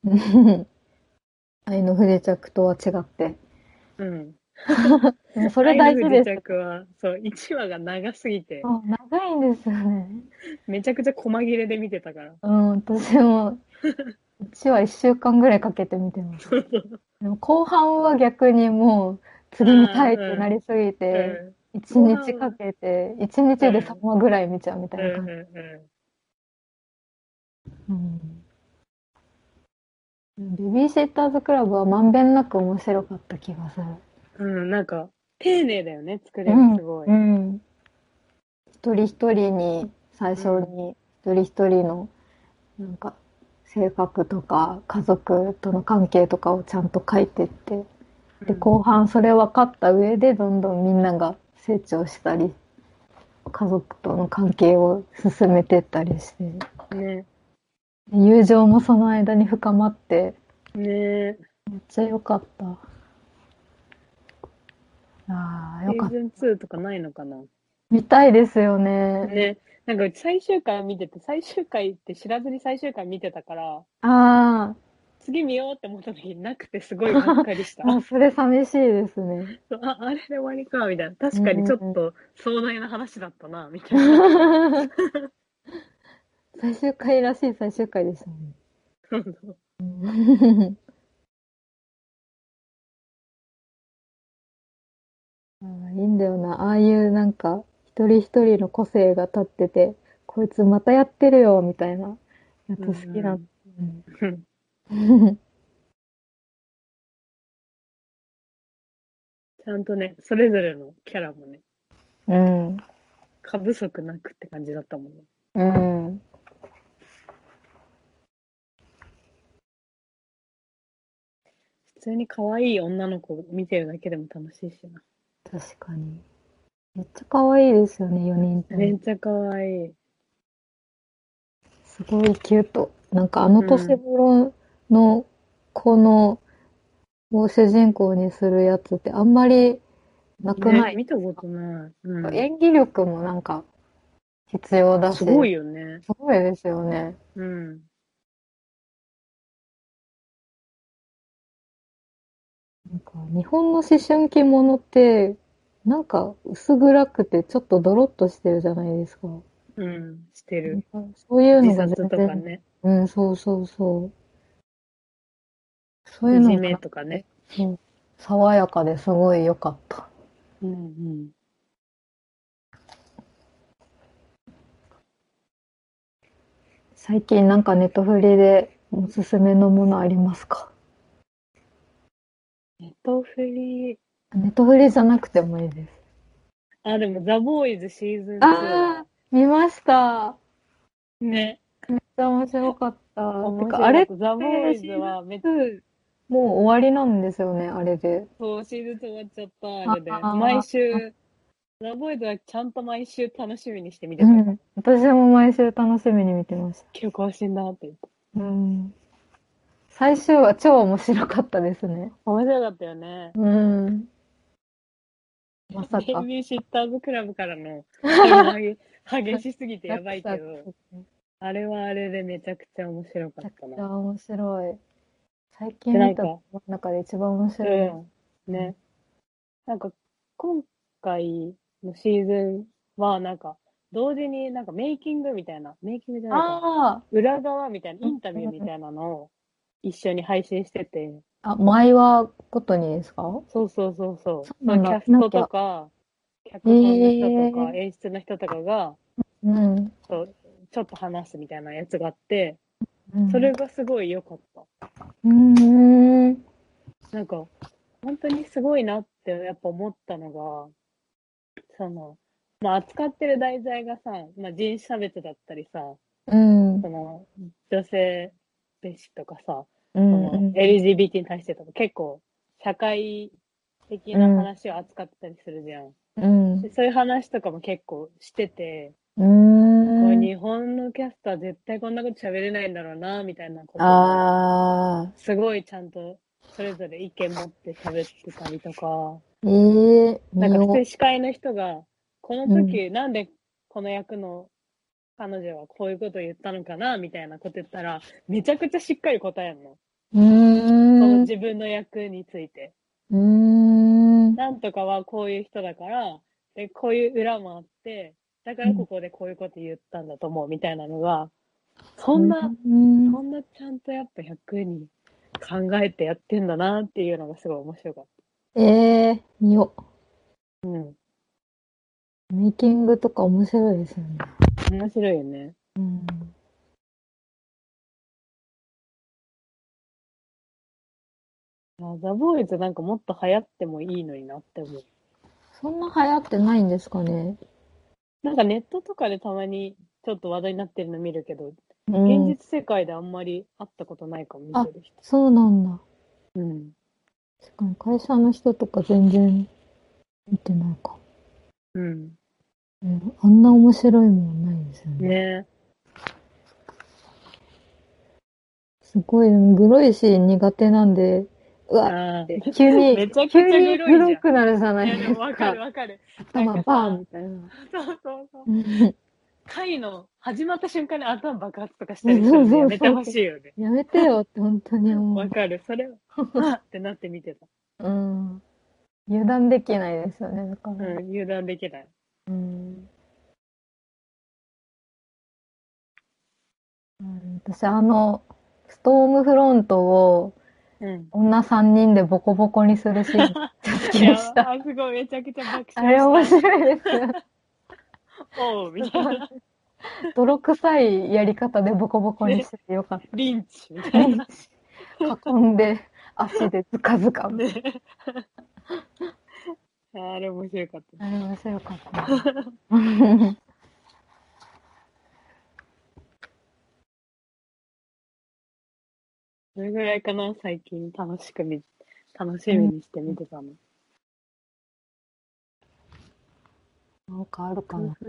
Speaker 3: 愛の不時着とは違って。
Speaker 2: うん。
Speaker 3: でもそれ
Speaker 2: 愛の不時
Speaker 3: 大事です。
Speaker 2: 着は、そう、1話が長すぎて、
Speaker 3: そう、長いんですよね。
Speaker 2: めちゃくちゃ細切れで見てたから。
Speaker 3: うん、私も、うちは1週間ぐらいかけて見てます。
Speaker 2: そうそう。
Speaker 3: でも後半は逆にもう、次見たいってなりすぎ
Speaker 2: う
Speaker 3: て、
Speaker 2: ん。
Speaker 3: 1
Speaker 2: 後
Speaker 3: 日か
Speaker 2: 半は、
Speaker 3: けて、1日で3
Speaker 2: うん。
Speaker 3: 話ぐらい見ちゃうみたい
Speaker 2: うん
Speaker 3: な感じ。
Speaker 2: う
Speaker 3: うん。ベビーシッターズクラブはまんべんなく面白かった気がする。
Speaker 2: ん。うん、なんか、丁寧だよね、作りが
Speaker 3: うん、
Speaker 2: すごい。
Speaker 3: うん。一人一人に、最初
Speaker 2: うん。
Speaker 3: に一人一人の、なんか、性格とか、家族との関係とかをちゃんと書いてって、で、
Speaker 2: うん。
Speaker 3: 後半それ分かった上で、どんどんみんなが成長したり、家族との関係を進めてったりして、
Speaker 2: ね。
Speaker 3: 友情もその間に深まって、
Speaker 2: ね。
Speaker 3: めっちゃ良かった。ああ、
Speaker 2: シ
Speaker 3: よかった。
Speaker 2: ーズン2とかないのかな？
Speaker 3: 見たいですよね。
Speaker 2: ね。なんか最終回見てて、最終回って知らずに最終回見てたから、
Speaker 3: あ
Speaker 2: 次見ようって思った時なくてすごいがっかりし
Speaker 3: あ、
Speaker 2: た。
Speaker 3: あ、それ寂しいですね。
Speaker 2: そうあれで終わりか、みたいな。確かに
Speaker 3: うん。
Speaker 2: ちょっと壮大な話だったな、みたいな。
Speaker 3: 最終回らしい最終回でしたね。
Speaker 2: そうそう。
Speaker 3: うん。ああ、いいんだよな。ああいうなんか、一人一人の個性が立ってて、こいつまたやってるよ、みたいなやつ
Speaker 2: う
Speaker 3: 好きなん
Speaker 2: ん
Speaker 3: です
Speaker 2: うん。
Speaker 3: よね。
Speaker 2: ちゃんとね、それぞれのキャラもね、
Speaker 3: うん。
Speaker 2: 過不足なくって感じだったもんね。
Speaker 3: うん。
Speaker 2: 普通に可愛い女の子見てるだけでも楽しいしな。
Speaker 3: 確かに。めっちゃ可愛いですよね、4人とも。
Speaker 2: めっちゃ可愛い。
Speaker 3: すごいキュート。なんかあの
Speaker 2: う
Speaker 3: 年
Speaker 2: ん。
Speaker 3: 頃の子のを主人公にするやつってあんまりなく
Speaker 2: ね、
Speaker 3: ない
Speaker 2: 見たことない。うん。
Speaker 3: 演技力もなんか必要だし、
Speaker 2: すごいよね。
Speaker 3: すごいですよね。
Speaker 2: うん。
Speaker 3: なんか日本の思春期ものって、なんか薄暗くてちょっとドロッとしてるじゃないですか。
Speaker 2: うん。してる。
Speaker 3: なんかそういうのが
Speaker 2: 自殺
Speaker 3: 全然、
Speaker 2: とかね。
Speaker 3: うん、そうそうそう。そういう
Speaker 2: いじ
Speaker 3: のがなく
Speaker 2: めとかね。
Speaker 3: て、そう、爽やかですごい良かった。
Speaker 2: うんうん。
Speaker 3: 最近なんかネットフリでおすすめのものありますか？
Speaker 2: ネットフリー。
Speaker 3: ネットフリじゃなくてもいいです。
Speaker 2: あ、でも、ザ・ボーイズシーズン2は、
Speaker 3: ああ、見ました。
Speaker 2: ね、
Speaker 3: めっちゃ面白かった。てか、あれっ
Speaker 2: 面白かった。ザ・ボーイズ
Speaker 3: てシー
Speaker 2: は
Speaker 3: ズン2、もう終わりなんですよね、あれで。
Speaker 2: そう、シーズン2終わっちゃった、あ
Speaker 3: あ
Speaker 2: れで。毎
Speaker 3: あ、
Speaker 2: 週、ザ・ボーイズはちゃんと毎週楽しみにして見てた。
Speaker 3: うん。私も毎週楽しみに見てました。
Speaker 2: 今日更新だって言って。
Speaker 3: うん。最終話超面白かったですね。
Speaker 2: 面白かったよね。
Speaker 3: うん。まさか。
Speaker 2: ベイビーシッターズクラブからの点が激しすぎてやばいけど、
Speaker 3: め
Speaker 2: あれはあれでめちゃくちゃ面白か
Speaker 3: ちゃく
Speaker 2: ったな。
Speaker 3: ちゃ面白い。最
Speaker 2: で、
Speaker 3: 近見た
Speaker 2: なんか、
Speaker 3: 中で一番面
Speaker 2: う
Speaker 3: 白い。
Speaker 2: ん、ね。なんか、今回のシーズンは、なんか、同時になんかメイキングみたいな、メイキングじゃないか。
Speaker 3: ああ、
Speaker 2: 裏側みたいな、
Speaker 3: うん
Speaker 2: インタビューみ
Speaker 3: うん。
Speaker 2: たいなのを一緒に配信してて、
Speaker 3: あ、毎話ごとにですか？
Speaker 2: そうそうそうそう。その
Speaker 3: そうなんだ。
Speaker 2: キャスト
Speaker 3: なきゃ。
Speaker 2: とか、
Speaker 3: え
Speaker 2: 脚本の人とか、
Speaker 3: え、
Speaker 2: 演出の人とかが、
Speaker 3: うん。
Speaker 2: そう、ちょっと話すみたいなやつがあって、
Speaker 3: うん。
Speaker 2: それがすごい良かった。
Speaker 3: うーん。
Speaker 2: なんか、本当にすごいなってやっぱ思ったのが、その、まあ、扱ってる題材がさ、まあ、人種差別だったりさ、
Speaker 3: うん。
Speaker 2: その、女性蔑視とかさ、
Speaker 3: うん。う
Speaker 2: その、
Speaker 3: ん。
Speaker 2: LGBT に対してとか、結構、社会的な
Speaker 3: うん。
Speaker 2: 話を扱ってたりするじゃん。
Speaker 3: うん。
Speaker 2: でそういう話とかも結構してて、
Speaker 3: うーん。
Speaker 2: これ日本のキャスター絶対こんなこと喋れないんだろうな、みたいなことも、
Speaker 3: ああ、
Speaker 2: すごいちゃんと、それぞれ意見持って喋ってたりとか、
Speaker 3: ええ、
Speaker 2: なんか普通
Speaker 3: 見よ
Speaker 2: に司会の人が、この
Speaker 3: う。うん。
Speaker 2: 時なんでこの役の彼女はこういうことを言ったのかなみたいなこと言ったら、めちゃくちゃしっかり答えるの。
Speaker 3: うー
Speaker 2: その
Speaker 3: ん。う
Speaker 2: 自分の役について。
Speaker 3: ーん。
Speaker 2: なんとかはこういう人だから、で、こういう裏もあって、だからここでこういうこと言ったんだと思うみたいなのが、そ
Speaker 3: う
Speaker 2: んな、
Speaker 3: ん。
Speaker 2: そんなちゃんとやっぱ100に考えてやってんだなっていうのがすごい面白かっ
Speaker 3: ええ、見よ
Speaker 2: た。うん。
Speaker 3: う。メイキングとか面白いですよね。
Speaker 2: 面白いよね。
Speaker 3: うん。
Speaker 2: ザ・ボーイズなんかもっと流行ってもいいのになって思う。
Speaker 3: そんな流行ってないんですかね。
Speaker 2: なんかネットとかでたまにちょっと話題になってるの見るけど、
Speaker 3: う
Speaker 2: 現
Speaker 3: ん。
Speaker 2: 実世界であんまり会ったことないかも見
Speaker 3: あ、
Speaker 2: てる人。
Speaker 3: そうなんだ。
Speaker 2: うん。
Speaker 3: 確かに会社の人とか全然見てないか。
Speaker 2: うん。
Speaker 3: うん。あんな面白いもんないですよね。
Speaker 2: ね
Speaker 3: すごい、グロいシーン苦手なんで、 うわって急に、
Speaker 2: めちゃくちゃ
Speaker 3: 急に黒くなるじゃない
Speaker 2: いや、
Speaker 3: ですか。
Speaker 2: でもわかるわかる。
Speaker 3: 頭バーンみたいな。
Speaker 2: そうそうそう。
Speaker 3: うん
Speaker 2: 回の始まった瞬間に頭爆発とかしたりするのやめてほしいよね。
Speaker 3: やめてよって本当に思う。
Speaker 2: わかる。それは、あってなって見てた。
Speaker 3: うん。油断できないですよね、だから。
Speaker 2: 油断できない。
Speaker 3: うん。私、ストームフロントを女3人でボコボコにするシーン、好きでした。
Speaker 2: すごい、めちゃくちゃ爆笑した。
Speaker 3: あれ面白いですよ。
Speaker 2: おう、みたいな。
Speaker 3: 泥臭いやり方でボコボコにしててよかった。
Speaker 2: リンチみたいな。
Speaker 3: 囲んで、足でズカズカ。
Speaker 2: ね、あれ面白かった。
Speaker 3: あれ面白かった。
Speaker 2: それぐらいかな、最近楽しみにして見てたの。
Speaker 3: なんかあるかな。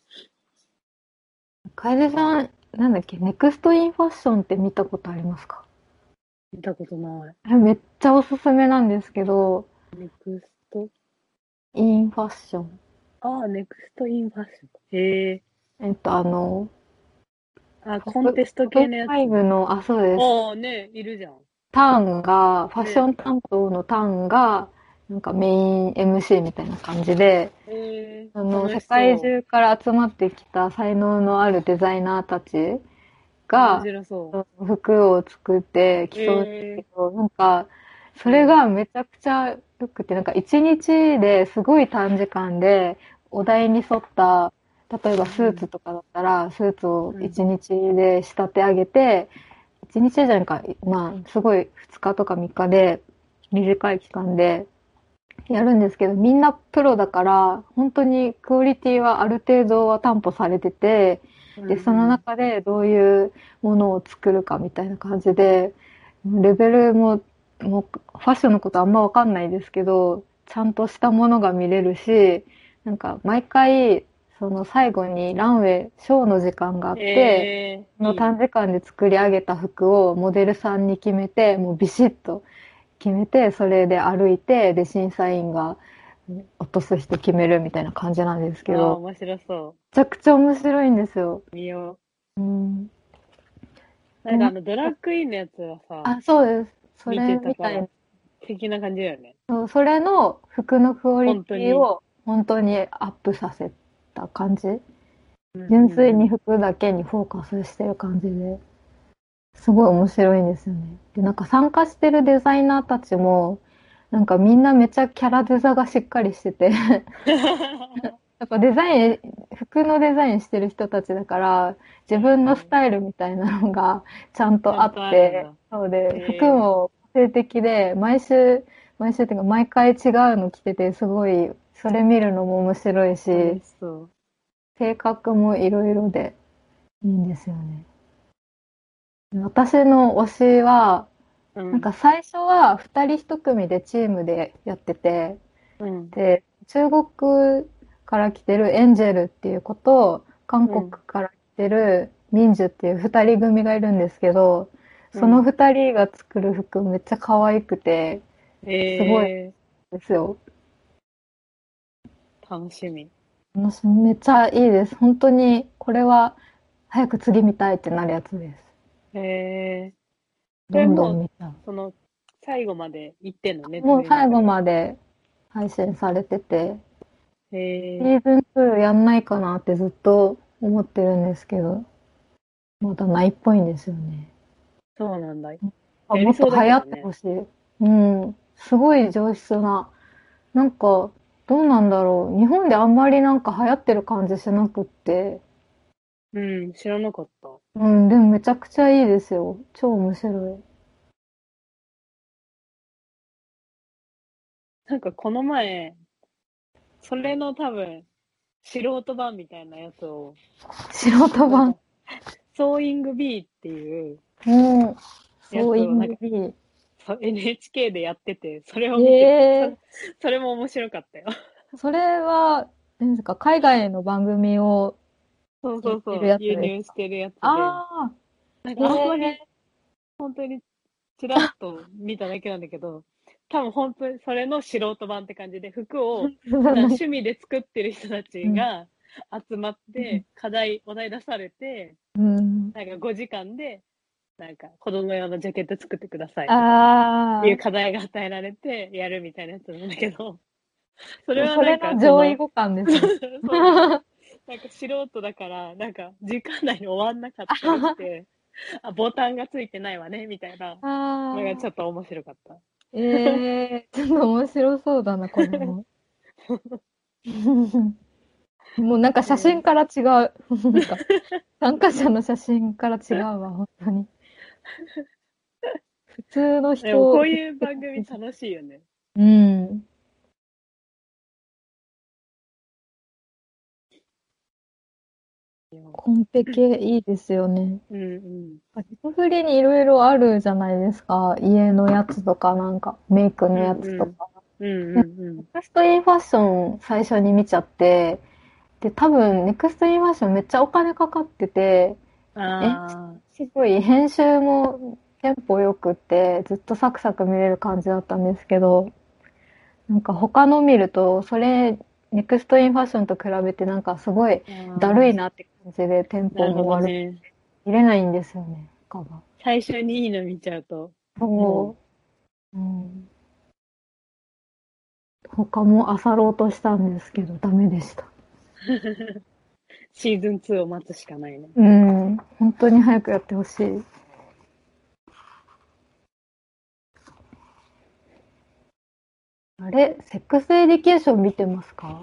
Speaker 3: 楓さん、なんだっけ、ネクストインファッションって見たことありますか？
Speaker 2: 見たことない。
Speaker 3: めっちゃおすすめなんですけど、
Speaker 2: ネクスト
Speaker 3: インファッション。
Speaker 2: ネクストインファッション。へえ。コンテスト系のやつ。
Speaker 3: 5の、そうです。
Speaker 2: ね、いるじゃん。
Speaker 3: ターンが、ファッション担当のターンが、なんかメイン MC みたいな感じで、世界中から集まってきた才能のあるデザイナーたちが、服を作って競うんですけど、なんか、それがめちゃくちゃ良くて、なんか一日ですごい短時間でお題に沿った、例えばスーツとかだったら、スーツを一日で仕立て上げて、一日じゃないか、すごい2日とか3日で短い期間でやるんですけど、みんなプロだから、本当にクオリティはある程度は担保されてて、で、その中でどういうものを作るかみたいな感じで、レベルも、ファッションのことあんまわかんないですけど、ちゃんとしたものが見れるし、なんか毎回、その最後にランウェイ、ショーの時間があって、その短時間で作り上げた服をモデルさんに決めて、もうビシッと決めて、それで歩いて、で、審査員が落とす人決めるみたいな感じなんですけど。
Speaker 2: 面白そう。
Speaker 3: めちゃくちゃ面白いんですよ。
Speaker 2: 見よ
Speaker 3: う。
Speaker 2: なんかドラッグインのやつはさ、
Speaker 3: そうです。そ
Speaker 2: れ
Speaker 3: みたいな。
Speaker 2: 的な感じだよね。
Speaker 3: それの服のクオリティを本当にアップさせた感じ。純粋に服だけにフォーカスしてる感じで。すごい面白いんですよね。で、なんか参加してるデザイナーたちも、なんかみんなめちゃキャラデザがしっかりしててやっぱ服のデザインしてる人たちだから、自分のスタイルみたいなのがちゃんとあって、そうで、服も個性的で、毎週っていうか毎回違うの着てて、すごい、それ見るのも面白いし、性格もいろいろでいいんですよね。私の推しは、なんか最初は2人1組でチームでやってて、で、中国から来てるエンジェルっていう子と、韓国から来てるミンジュっていう2人組がいるんですけど、その2人が作る服めっちゃ可愛くて、すごいですよ。
Speaker 2: 楽しみ。
Speaker 3: めっちゃいいです。本当に、これは早く次見たいってなるやつです。どんどん見た。
Speaker 2: 最後まで行ってんのね。
Speaker 3: もう最後まで配信されてて、シーズン2やんないかなってずっと思ってるんですけど、まだないっぽいんですよね。
Speaker 2: そうなんだ。
Speaker 3: もっと流行ってほしい。すごい上質な。なんか、どうなんだろう。日本であんまりなんか流行ってる感じしなくって。
Speaker 2: 知らなかった。
Speaker 3: でもめちゃくちゃいいですよ。超面白い。
Speaker 2: なんかこの前、それの多分、素人版みたいなやつを。
Speaker 3: 素人版
Speaker 2: ソーイング B っていう。
Speaker 3: ソーイング B。
Speaker 2: NHK でやってて、それを見て、それも面白かったよ。
Speaker 3: それは、何ですか、海外の番組を
Speaker 2: そう、輸入してるやつで。なんかあんまり、本当にちらっと見ただけなんだけど、多分本当にそれの素人版って感じで、服を趣味で作ってる人たちが集まって、お題出されて、なんか5時間で、なんか子供用のジャケット作ってくださいとか、いう課題が与えられてやるみたいなやつなんだけど、それはなんか
Speaker 3: それの上位互換ですね。
Speaker 2: そうなんか素人だから、なんか時間内に終わんなかったりして、ボタンがついてないわね、みたいなのがちょっと面白かった。
Speaker 3: ちょっと面白そうだな、これも。もうなんか写真から違う。なんか参加者の写真から違うわ、本当に。普通の人。
Speaker 2: でもこういう番組楽しいよね。
Speaker 3: うん。コンペ系いいですよね。
Speaker 2: うんうん。
Speaker 3: ネトフリにいろいろあるじゃないですか。家のやつとか、なんか、メイクのやつとか。
Speaker 2: うんうんうん。
Speaker 3: ネクストインファッション最初に見ちゃって、で、多分、ネクストインファッションめっちゃお金かかってて、すごい編集もテンポよくって、ずっとサクサク見れる感じだったんですけど、なんか他の見ると、ネクストインファッションと比べてなんかすごいだるいなって感じでテンポも悪くて、見れないんですよね、他が。
Speaker 2: 最初にいいの見ちゃうと。
Speaker 3: そう。うん。他も漁ろうとしたんですけど、ダメでした。
Speaker 2: シーズン2を待つしかないね。
Speaker 3: うん。本当に早くやってほしい。あれセックスエディケーション見てますか？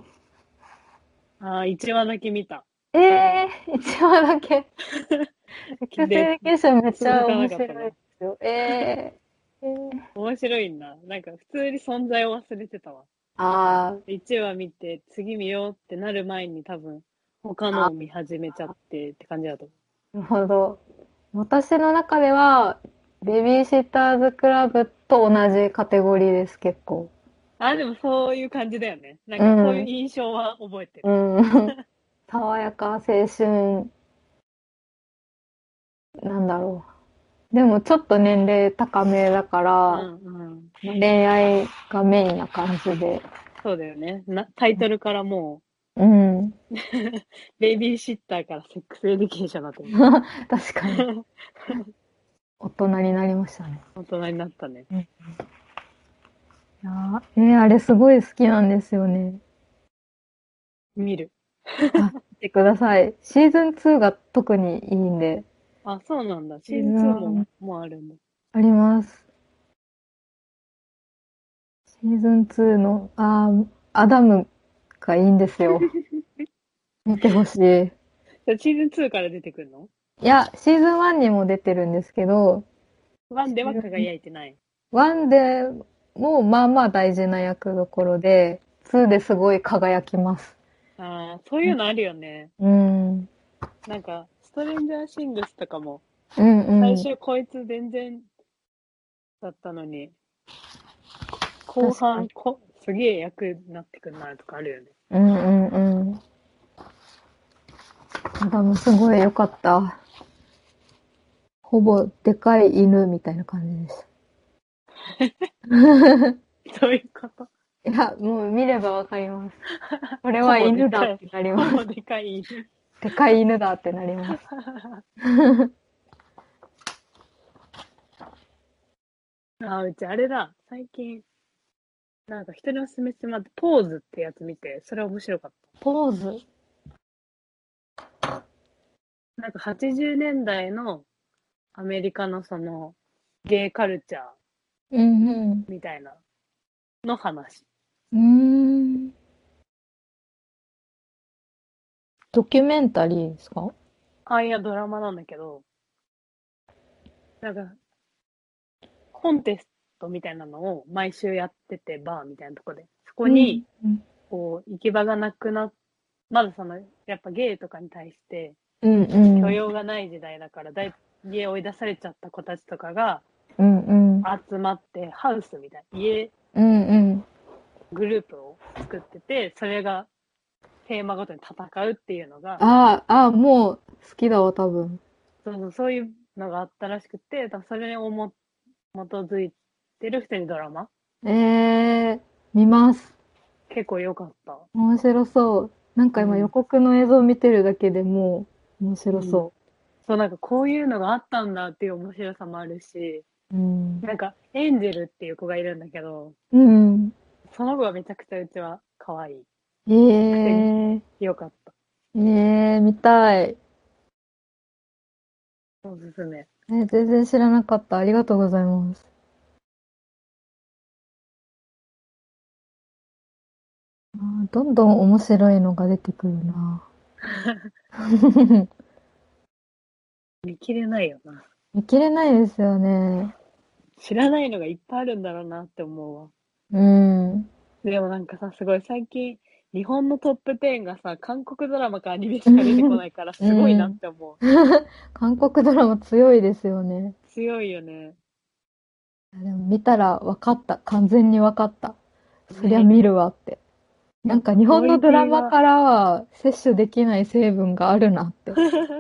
Speaker 2: 1話だけ見た。
Speaker 3: 1話だけ。セックスエディケーションめっちゃ面白いですよ。
Speaker 2: 面白いんだ。なんか普通に存在を忘れてたわ。1話見て、次見ようってなる前に多分、他のを見始めちゃってって感じだと
Speaker 3: 思う。なるほど。私の中では、ベビーシッターズクラブと同じカテゴリーです、結構。
Speaker 2: でもそういう感じだよね。なんかそういう印象は覚えてる。
Speaker 3: 爽やか、青春、なんだろう。でもちょっと年齢高めだから、恋愛がメインな感じで。
Speaker 2: そうだよね。タイトルからも
Speaker 3: う、
Speaker 2: ベイビーシッターからセックスエデュケーションだと思う。
Speaker 3: 確かに。大人になりましたね。
Speaker 2: 大人になったね。
Speaker 3: あれすごい好きなんですよね。
Speaker 2: 見る。
Speaker 3: 見てください。シーズン2が特にいいんで。
Speaker 2: そうなんだ。シーズン2もあるんだ。
Speaker 3: あります。シーズン2の、アダムがいいんですよ。見てほしい。
Speaker 2: シーズン2から出てくるの？
Speaker 3: いや、シーズン1にも出てるんですけど、
Speaker 2: 1では輝いてない。
Speaker 3: 1でもまあまあ大事な役どころで、2ですごい輝きます。
Speaker 2: そういうのあるよね。なんか、ストレンジャーシングスとかも、最初こいつ全然だったのに、後半すげえ役になってくるなとかあるよね。
Speaker 3: アダムすごい良かった。ほぼでかい犬みたいな感じです。
Speaker 2: どういうこと？
Speaker 3: いや、もう見ればわかります。これは犬だってなります。
Speaker 2: ほぼでかい犬。
Speaker 3: でかい犬だってなります。
Speaker 2: うちあれだ。最近、なんか人におすすめしてもらって、ポーズってやつ見て、それ面白かった。
Speaker 3: ポーズ？
Speaker 2: なんか80年代のアメリカのその、ゲイカルチャーみたいなの話。
Speaker 3: ドキュメンタリーですか？
Speaker 2: いや、ドラマなんだけど、なんか、コンテストみたいなのを毎週やってて、バーみたいなとこで。そこに、こう、行き場がなくなっ、まずその、やっぱゲイとかに対して、許容がない時代だから、家追い出されちゃった子たちとかが、集まって、ハウスみたいな、家、グループを作ってて、それがテーマごとに戦うっていうのが、
Speaker 3: もう好きだわ、多分。
Speaker 2: そういうのがあったらしくて、それを思っづいてる普通にドラマ。
Speaker 3: 見ます。
Speaker 2: 結構良かった。
Speaker 3: 面白そう。なんか今予告の映像を見てるだけでもう面白そう。
Speaker 2: そう、なんかこういうのがあったんだっていう面白さもあるし、なんかエンジェルっていう子がいるんだけど、その子がめちゃくちゃうちは可愛い。よかった。
Speaker 3: 見たい。
Speaker 2: おすすめ。
Speaker 3: 全然知らなかった。ありがとうございます。どんどん面白いのが出てくるな。
Speaker 2: 見切れないよな。
Speaker 3: 見切れないですよね。
Speaker 2: 知らないのがいっぱいあるんだろうなって思うわ。でもなんかさ、すごい最近、日本のトップ10がさ、韓国ドラマかアニメしか出てこないから、すごいなって思う。
Speaker 3: 韓国ドラマ強いですよね。
Speaker 2: 強いよね。
Speaker 3: でも見たら分かった。完全に分かった。そりゃ見るわって。なんか日本のドラマからは摂取できない成分があるなって。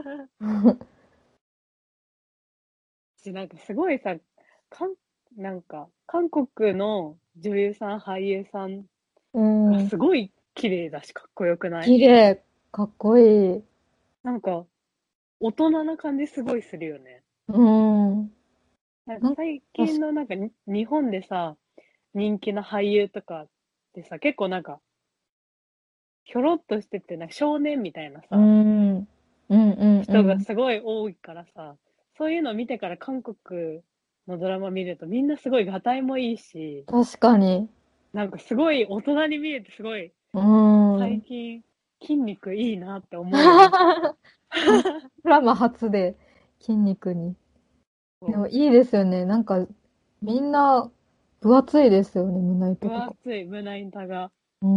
Speaker 2: なんかすごいさ、なんか、韓国の女優さん、俳優さんがすごい綺麗だし、かっこよくない？
Speaker 3: 綺麗、かっこいい。
Speaker 2: なんか、大人な感じすごいするよね。なんか最近のなんか日本でさ、人気の俳優とかってさ、結構なんか、ひょろっとしてて、なんか少年みたいなさ、人がすごい多いからさ、そういうのを見てから韓国のドラマ見るとみんなすごいガタイもいいし、
Speaker 3: 確かに。
Speaker 2: なんかすごい大人に見えてすごい、最近筋肉いいなって思うようになった。
Speaker 3: ドラマ初で筋肉に。でもいいですよね。なんか、みんな分厚いですよね、胸板と
Speaker 2: 分
Speaker 3: か。
Speaker 2: 厚い胸板が。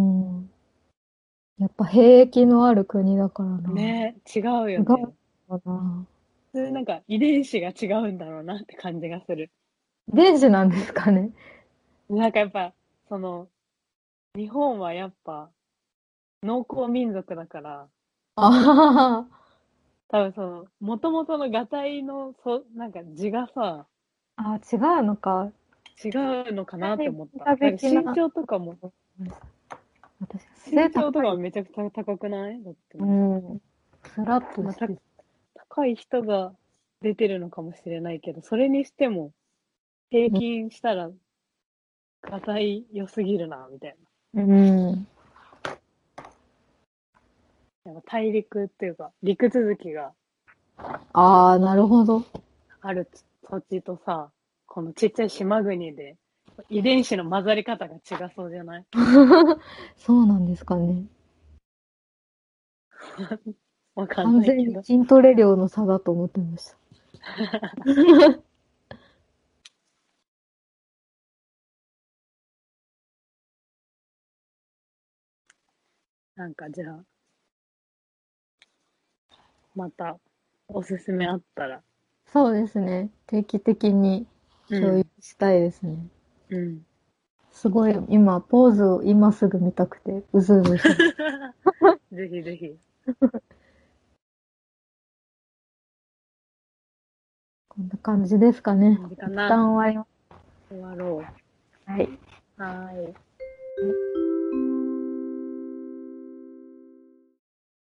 Speaker 3: やっぱ兵役のある国だからな。
Speaker 2: ね、違うよ
Speaker 3: 違う
Speaker 2: ね。
Speaker 3: かな。
Speaker 2: そういうなんか遺伝子が違うんだろうなって感じがする。
Speaker 3: 電子なんですかね。
Speaker 2: なんかやっぱ、その、日本はやっぱ農耕民族だから、
Speaker 3: あ
Speaker 2: 多分その、元々のガタイの、なんか字がさ、
Speaker 3: あ、違うのか。
Speaker 2: 違うのかなって思った。
Speaker 3: 文化
Speaker 2: なんか
Speaker 3: 的な。
Speaker 2: 身長とかも、
Speaker 3: 私、背
Speaker 2: 身長とか
Speaker 3: 高い。
Speaker 2: もめちゃくちゃ高くないだっても
Speaker 3: スラッと
Speaker 2: まあ、
Speaker 3: して。
Speaker 2: 高い人が出てるのかもしれないけど、それにしても、平均したら、ガタイ良すぎるな、みたいな。やっぱ大陸っていうか、陸続きが
Speaker 3: ああ、なるほど。
Speaker 2: ある土地とさ、このちっちゃい島国で、遺伝子の混ざり方が違そうじゃない？
Speaker 3: そうなんですかね。
Speaker 2: わかん
Speaker 3: 完全
Speaker 2: ないけど。
Speaker 3: に筋トレ量の差だと思ってました。
Speaker 2: なんかじゃあ、またおすすめあったら。
Speaker 3: そうですね。定期的に共有したいですね。すごい、今、ポーズを今すぐ見たくて、うずうずしてます。
Speaker 2: ぜひぜひ。
Speaker 3: こんな感じですかね。
Speaker 2: 感じかな。
Speaker 3: 一旦終わります。
Speaker 2: 終わろ
Speaker 3: はい。
Speaker 2: う。はーい。